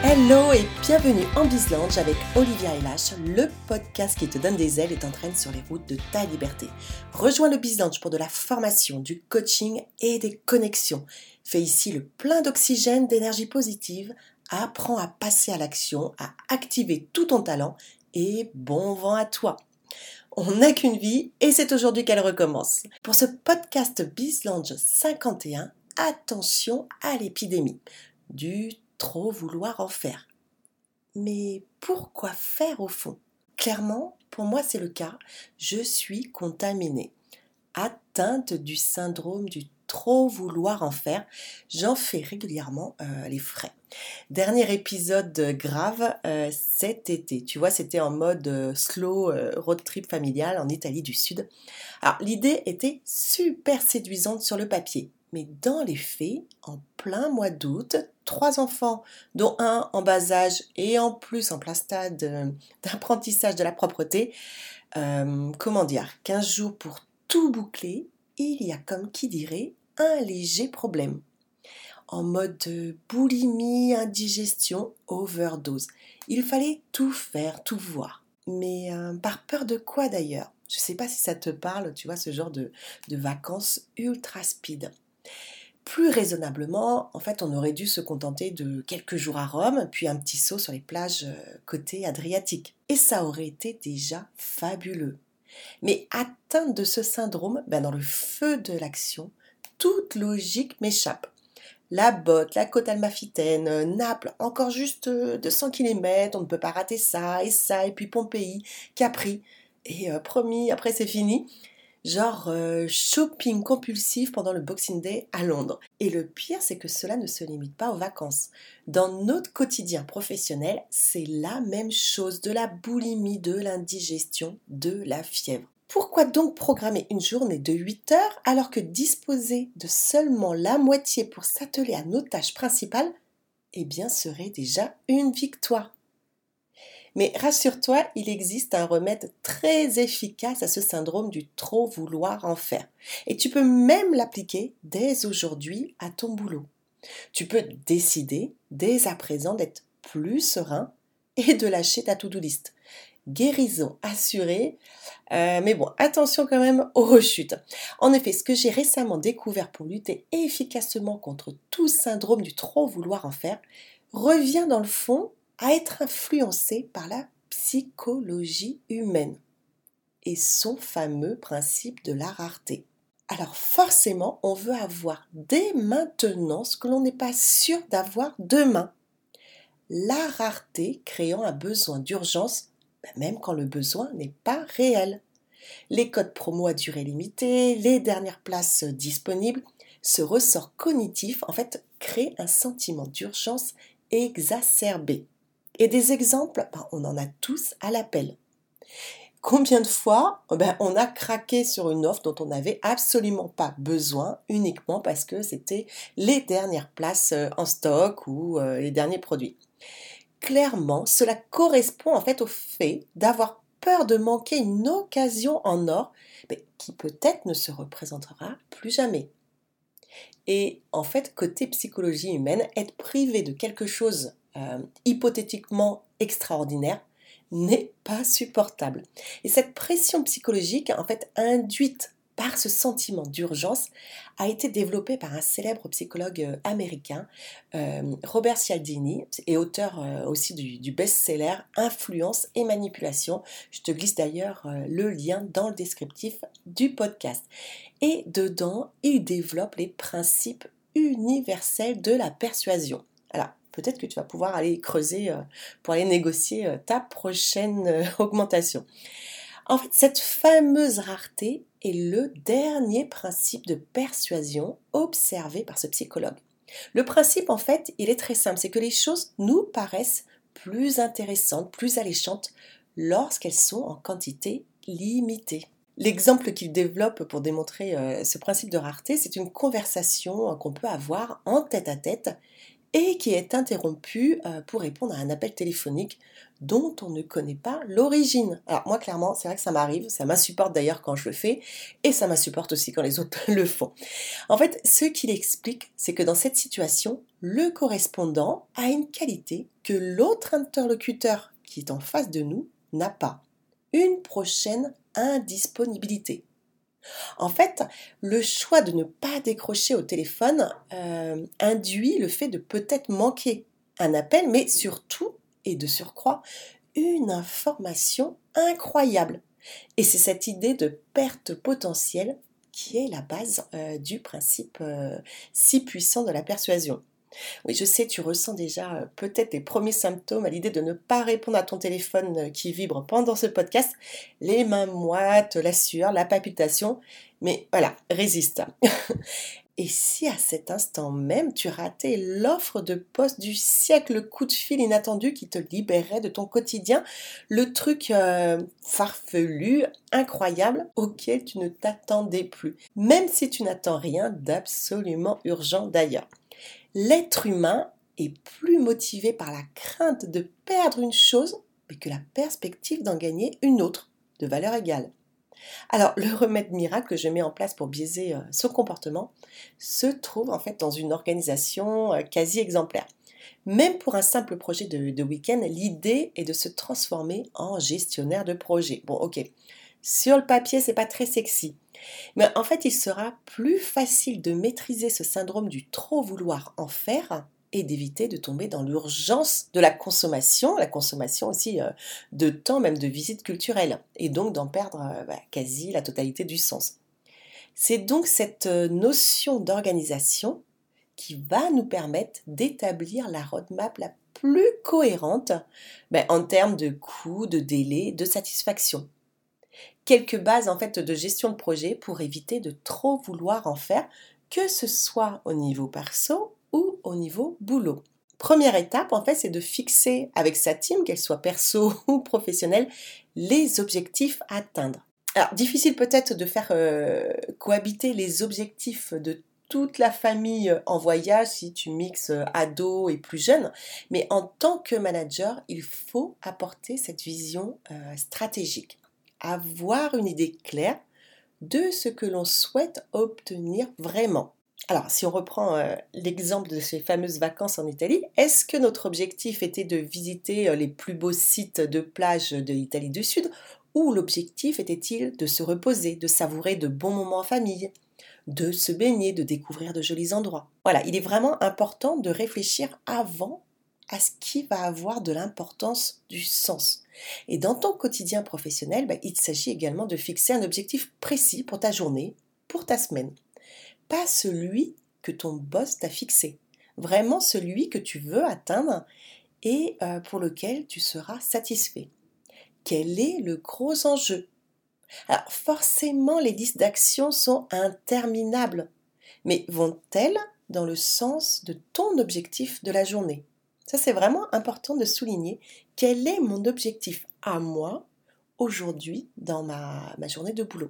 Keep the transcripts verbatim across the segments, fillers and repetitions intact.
Hello et bienvenue en BizLounge avec Olivia Elash, le podcast qui te donne des ailes et t'entraîne sur les routes de ta liberté. Rejoins le BizLounge pour de la formation, du coaching et des connexions. Fais ici le plein d'oxygène, d'énergie positive, apprends à passer à l'action, à activer tout ton talent et bon vent à toi. On n'a qu'une vie et c'est aujourd'hui qu'elle recommence. Pour ce podcast BizLounge cinquante et un, attention à l'épidémie du trop vouloir en faire. Mais pourquoi faire au fond ? Clairement, pour moi c'est le cas, je suis contaminée, atteinte du syndrome du trop vouloir en faire, j'en fais régulièrement euh, les frais. Dernier épisode grave euh, cet été, tu vois, c'était en mode euh, slow euh, road trip familial en Italie du Sud. Alors l'idée était super séduisante sur le papier, mais dans les faits, en plein mois d'août, trois enfants, dont un en bas âge et en plus en plein stade euh, d'apprentissage de la propreté, euh, comment dire, quinze jours pour tout boucler, il y a comme qui dirait un léger problème. En mode boulimie, indigestion, overdose. Il fallait tout faire, tout voir. Mais euh, par peur de quoi d'ailleurs ? Je ne sais pas si ça te parle, tu vois, ce genre de, de vacances ultra speed. Plus raisonnablement, en fait, on aurait dû se contenter de quelques jours à Rome, puis un petit saut sur les plages euh, côté Adriatique. Et ça aurait été déjà fabuleux. Mais atteinte de ce syndrome, ben dans le feu de l'action, toute logique m'échappe. La botte, la côte amalfitaine, Naples, encore juste deux cents kilomètres, on ne peut pas rater ça et ça, et puis Pompéi, Capri, et euh, promis, après c'est fini. Genre euh, shopping compulsif pendant le Boxing Day à Londres. Et le pire, c'est que cela ne se limite pas aux vacances. Dans notre quotidien professionnel, c'est la même chose, de la boulimie, de l'indigestion, de la fièvre. Pourquoi donc programmer une journée de huit heures alors que disposer de seulement la moitié pour s'atteler à nos tâches principales, eh bien serait déjà une victoire. Mais rassure-toi, il existe un remède très efficace à ce syndrome du trop vouloir en faire. Et tu peux même l'appliquer dès aujourd'hui à ton boulot. Tu peux décider dès à présent d'être plus serein et de lâcher ta to-do list. Guérison assurée, euh, mais bon, attention quand même aux rechutes. En effet, ce que j'ai récemment découvert pour lutter efficacement contre tout syndrome du trop vouloir en faire revient dans le fond à être influencé par la psychologie humaine et son fameux principe de la rareté. Alors forcément, on veut avoir dès maintenant ce que l'on n'est pas sûr d'avoir demain. La rareté créant un besoin d'urgence, même quand le besoin n'est pas réel. Les codes promo à durée limitée, les dernières places disponibles, ce ressort cognitif en fait crée un sentiment d'urgence exacerbé. Et des exemples, ben, on en a tous à l'appel. Combien de fois ben, on a craqué sur une offre dont on n'avait absolument pas besoin uniquement parce que c'était les dernières places en stock ou euh, les derniers produits. Clairement, cela correspond en fait au fait d'avoir peur de manquer une occasion en or mais qui peut-être ne se représentera plus jamais. Et en fait, côté psychologie humaine, être privé de quelque chose euh, hypothétiquement extraordinaire n'est pas supportable. Et cette pression psychologique, en fait, induite par ce sentiment d'urgence, a été développée par un célèbre psychologue euh, américain, euh, Robert Cialdini, et auteur euh, aussi du, du best-seller Influence et manipulation. Je te glisse d'ailleurs euh, le lien dans le descriptif du podcast. Et dedans, il développe les principes universels de la persuasion. Alors, peut-être que tu vas pouvoir aller creuser euh, pour aller négocier euh, ta prochaine euh, augmentation. En fait, cette fameuse rareté est le dernier principe de persuasion observé par ce psychologue. Le principe, en fait, il est très simple, c'est que les choses nous paraissent plus intéressantes, plus alléchantes lorsqu'elles sont en quantité limitée. L'exemple qu'il développe pour démontrer euh, ce principe de rareté, c'est une conversation euh, qu'on peut avoir en tête-à-tête et qui est interrompu euh, pour répondre à un appel téléphonique dont on ne connaît pas l'origine. Alors moi clairement, c'est vrai que ça m'arrive, ça m'insupporte d'ailleurs quand je le fais, et ça m'insupporte aussi quand les autres le font. En fait, ce qu'il explique, c'est que dans cette situation, le correspondant a une qualité que l'autre interlocuteur qui est en face de nous n'a pas. Une prochaine indisponibilité. En fait, le choix de ne pas décrocher au téléphone euh, induit le fait de peut-être manquer un appel, mais surtout, et de surcroît, une information incroyable. Et c'est cette idée de perte potentielle qui est la base euh, du principe euh, si puissant de la persuasion. Oui, je sais, tu ressens déjà euh, peut-être les premiers symptômes à l'idée de ne pas répondre à ton téléphone euh, qui vibre pendant ce podcast. Les mains moites, la sueur, la palpitation. Mais voilà, résiste. Et si à cet instant même, tu ratais l'offre de poste du siècle, le coup de fil inattendu qui te libérait de ton quotidien, le truc euh, farfelu, incroyable, auquel tu ne t'attendais plus, même si tu n'attends rien d'absolument urgent d'ailleurs. L'être humain est plus motivé par la crainte de perdre une chose que la perspective d'en gagner une autre, de valeur égale. Alors, le remède miracle que je mets en place pour biaiser euh, ce comportement se trouve en fait dans une organisation euh, quasi exemplaire. Même pour un simple projet de, de week-end, l'idée est de se transformer en gestionnaire de projet. Bon, ok, sur le papier, c'est pas très sexy. Mais en fait, il sera plus facile de maîtriser ce syndrome du trop vouloir en faire et d'éviter de tomber dans l'urgence de la consommation, la consommation aussi euh, de temps, même de visites culturelles, et donc d'en perdre euh, bah, quasi la totalité du sens. C'est donc cette euh, notion d'organisation qui va nous permettre d'établir la roadmap la plus cohérente bah, en termes de coûts, de délais, de satisfaction. Quelques bases en fait de gestion de projet pour éviter de trop vouloir en faire, que ce soit au niveau perso ou au niveau boulot. Première étape, en fait, c'est de fixer avec sa team, qu'elle soit perso ou professionnelle, les objectifs à atteindre. Alors, difficile peut-être de faire euh, cohabiter les objectifs de toute la famille en voyage si tu mixes ados et plus jeunes, mais en tant que manager, il faut apporter cette vision euh, stratégique. Avoir une idée claire de ce que l'on souhaite obtenir vraiment. Alors, si on reprend euh, l'exemple de ces fameuses vacances en Italie, est-ce que notre objectif était de visiter euh, les plus beaux sites de plage de l'Italie du Sud, ou l'objectif était-il de se reposer, de savourer de bons moments en famille, de se baigner, de découvrir de jolis endroits? Voilà, il est vraiment important de réfléchir avant à ce qui va avoir de l'importance, du sens. Et dans ton quotidien professionnel, bah, il s'agit également de fixer un objectif précis pour ta journée, pour ta semaine. Pas celui que ton boss t'a fixé, vraiment celui que tu veux atteindre et euh, pour lequel tu seras satisfait. Quel est le gros enjeu? Alors forcément, les listes d'actions sont interminables, mais vont-elles dans le sens de ton objectif de la journée? Ça, c'est vraiment important de souligner quel est mon objectif à moi aujourd'hui dans ma, ma journée de boulot.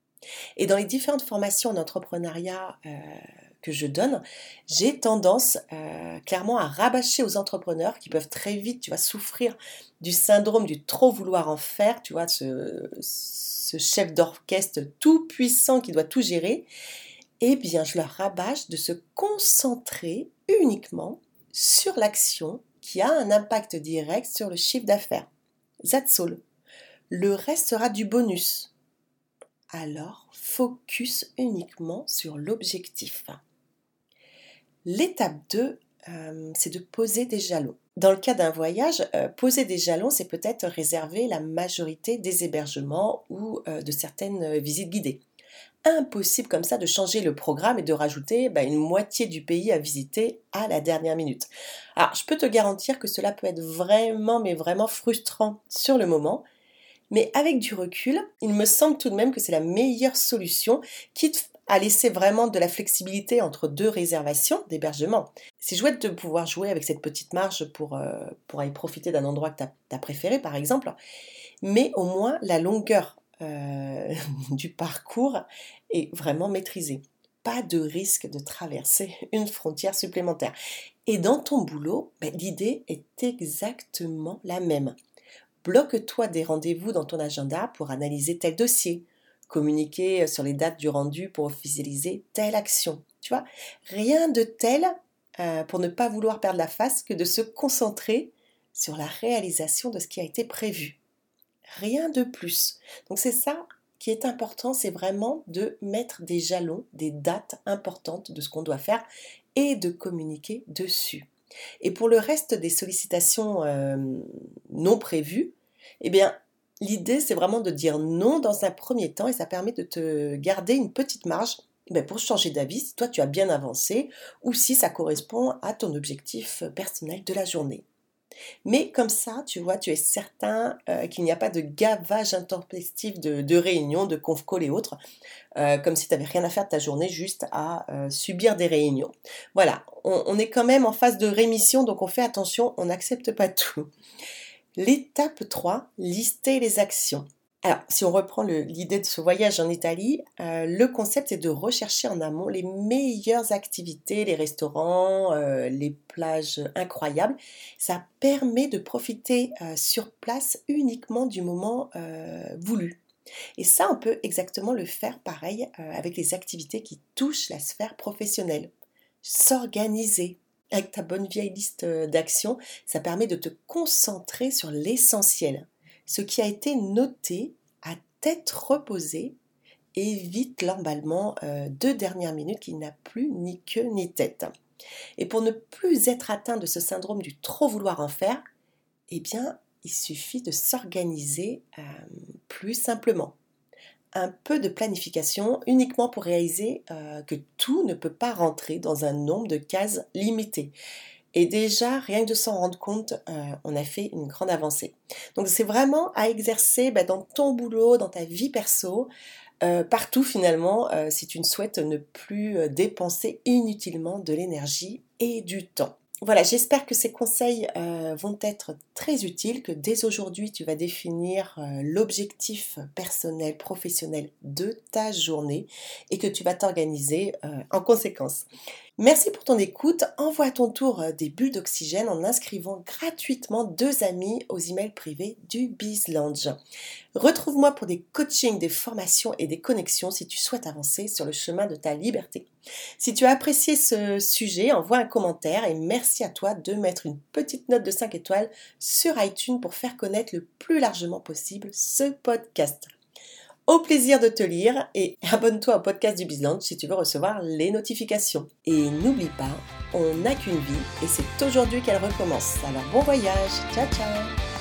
Et dans les différentes formations en entrepreneuriat euh, que je donne, j'ai tendance euh, clairement à rabâcher aux entrepreneurs qui peuvent très vite, tu vois, souffrir du syndrome du trop vouloir en faire, tu vois, ce, ce chef d'orchestre tout puissant qui doit tout gérer. Eh bien, je leur rabâche de se concentrer uniquement sur l'action qui a un impact direct sur le chiffre d'affaires. That's all. Le reste sera du bonus. Alors, focus uniquement sur l'objectif. L'étape deux, euh, c'est de poser des jalons. Dans le cas d'un voyage, euh, poser des jalons, c'est peut-être réserver la majorité des hébergements ou euh, de certaines euh, visites guidées. Impossible comme ça de changer le programme et de rajouter bah, une moitié du pays à visiter à la dernière minute. Alors, je peux te garantir que cela peut être vraiment, mais vraiment frustrant sur le moment, mais avec du recul, il me semble tout de même que c'est la meilleure solution, quitte à laisser vraiment de la flexibilité entre deux réservations d'hébergement. C'est chouette de pouvoir jouer avec cette petite marge pour, euh, pour aller profiter d'un endroit que tu as préféré, par exemple, mais au moins la longueur Euh, du parcours est vraiment maîtrisé. pas de risque de traverser une frontière supplémentaire. Et dans ton boulot, ben, l'idée est exactement la même. Bloque-toi des rendez-vous dans ton agenda pour analyser tel dossier, communiquer sur les dates du rendu pour officialiser telle action. Tu vois, rien de tel euh, pour ne pas vouloir perdre la face que de se concentrer sur la réalisation de ce qui a été prévu. Rien de plus. Donc c'est ça qui est important, c'est vraiment de mettre des jalons, des dates importantes de ce qu'on doit faire et de communiquer dessus. Et pour le reste des sollicitations euh, non prévues, eh bien, l'idée c'est vraiment de dire non dans un premier temps et ça permet de te garder une petite marge ben, pour changer d'avis si toi tu as bien avancé ou si ça correspond à ton objectif personnel de la journée. Mais comme ça, tu vois, tu es certain euh, qu'il n'y a pas de gavage intempestif de, de réunions, de conf call et autres, euh, comme si tu n'avais rien à faire de ta journée, juste à euh, subir des réunions. Voilà, on, on est quand même en phase de rémission, donc on fait attention, on n'accepte pas tout. L'étape trois, lister les actions. Alors, si on reprend le, l'idée de ce voyage en Italie, euh, le concept est de rechercher en amont les meilleures activités, les restaurants, euh, les plages incroyables. Ça permet de profiter euh, sur place uniquement du moment euh, voulu. Et ça, on peut exactement le faire pareil euh, avec les activités qui touchent la sphère professionnelle. S'organiser. Avec ta bonne vieille liste d'actions, ça permet de te concentrer sur l'essentiel. Ce qui a été noté à tête reposée évite l'emballement euh, de dernière minute qui n'a plus ni queue ni tête. Et pour ne plus être atteint de ce syndrome du trop vouloir en faire, eh bien, il suffit de s'organiser euh, plus simplement. Un peu de planification uniquement pour réaliser euh, que tout ne peut pas rentrer dans un nombre de cases limité. Et déjà, rien que de s'en rendre compte, euh, on a fait une grande avancée. Donc c'est vraiment à exercer bah, dans ton boulot, dans ta vie perso, euh, partout finalement, euh, si tu ne souhaites ne plus euh, dépenser inutilement de l'énergie et du temps. Voilà, j'espère que ces conseils euh, vont être très utiles, que dès aujourd'hui tu vas définir euh, l'objectif personnel, professionnel de ta journée et que tu vas t'organiser euh, en conséquence. Merci pour ton écoute. Envoie à ton tour des bulles d'oxygène en inscrivant gratuitement deux amis aux emails privés du BizLounge. Retrouve-moi pour des coachings, des formations et des connexions si tu souhaites avancer sur le chemin de ta liberté. Si tu as apprécié ce sujet, envoie un commentaire et merci à toi de mettre une petite note de cinq étoiles sur iTunes pour faire connaître le plus largement possible ce podcast. Au plaisir de te lire et abonne-toi au podcast du BizLounge si tu veux recevoir les notifications. Et n'oublie pas, on n'a qu'une vie et c'est aujourd'hui qu'elle recommence. Alors bon voyage, ciao ciao.